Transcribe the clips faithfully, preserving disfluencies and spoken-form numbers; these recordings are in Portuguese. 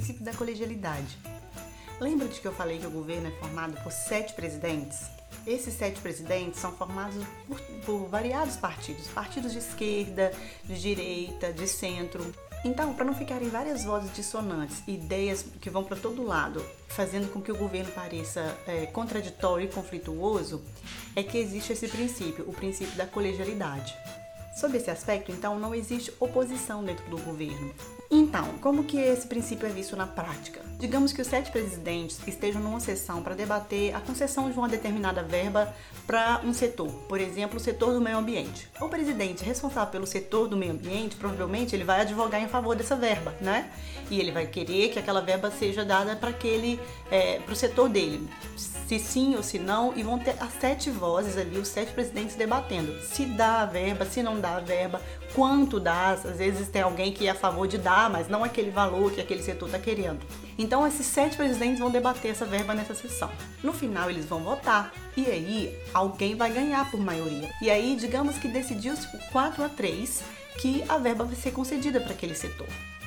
princípio da colegialidade. Lembra de que eu falei que o governo é formado por sete presidentes? Esses sete presidentes são formados por, por variados partidos, partidos de esquerda, de direita, de centro. Então, para não ficarem várias vozes dissonantes, ideias que vão para todo lado, fazendo com que o governo pareça é, contraditório e conflituoso, é que existe esse princípio, o princípio da colegialidade. Sob esse aspecto, então, não existe oposição dentro do governo. Então, como que esse princípio é visto na prática? Digamos que os sete presidentes estejam numa sessão para debater a concessão de uma determinada verba para um setor, por exemplo, o setor do meio ambiente. O presidente responsável pelo setor do meio ambiente, provavelmente ele vai advogar em favor dessa verba, né? E ele vai querer que aquela verba seja dada para aquele, é, para o setor dele, se sim ou se não, e vão ter as sete vozes ali, os sete presidentes debatendo se dá a verba, se não dá a verba, quanto dá. Às vezes tem alguém que é a favor de dar, mas não aquele valor que aquele setor está querendo. Então esses sete presidentes vão debater essa verba nessa sessão. No final eles vão votar e aí alguém vai ganhar por maioria. E aí digamos que decidiu-se por quatro a três que a verba vai ser concedida para aquele setor.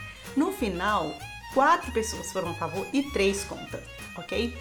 No final, quatro pessoas foram a favor e três contra, ok?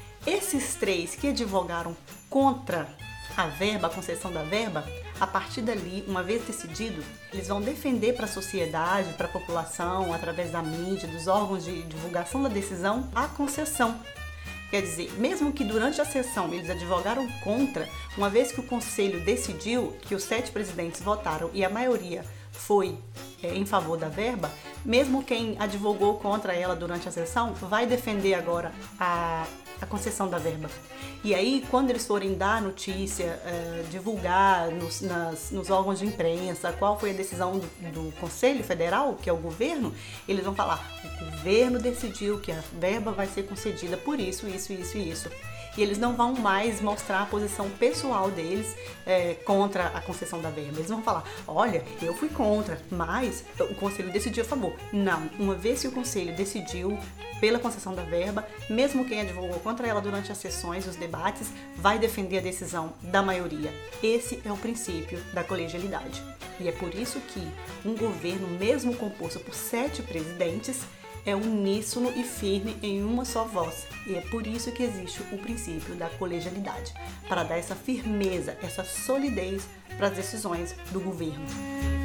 Esses três que advogaram contra a verba, a concessão da verba, a partir dali, uma vez decidido, eles vão defender para a sociedade, para a população, através da mídia, dos órgãos de divulgação da decisão, a concessão. Quer dizer, mesmo que durante a sessão eles advogaram contra, uma vez que o conselho decidiu, que os sete presidentes votaram e a maioria foi é, em favor da verba, mesmo quem advogou contra ela durante a sessão vai defender agora a, a concessão da verba. E aí, quando eles forem dar notícia, é, divulgar nos, nas, nos órgãos de imprensa qual foi a decisão do, do Conselho Federal, que é o governo, eles vão falar: o governo decidiu que a verba vai ser concedida por isso, isso, isso e isso. E eles não vão mais mostrar a posição pessoal deles é, contra a concessão da verba. Eles vão falar: olha, eu fui contra, mas o conselho decidiu a favor. Não, uma vez que o conselho decidiu pela concessão da verba, mesmo quem advogou contra ela durante as sessões, os debates, vai defender a decisão da maioria. Esse é o princípio da colegialidade. E é por isso que um governo, mesmo composto por sete presidentes, é uníssono e firme em uma só voz. E é por isso que existe o princípio da colegialidade, para dar essa firmeza, essa solidez para as decisões do governo.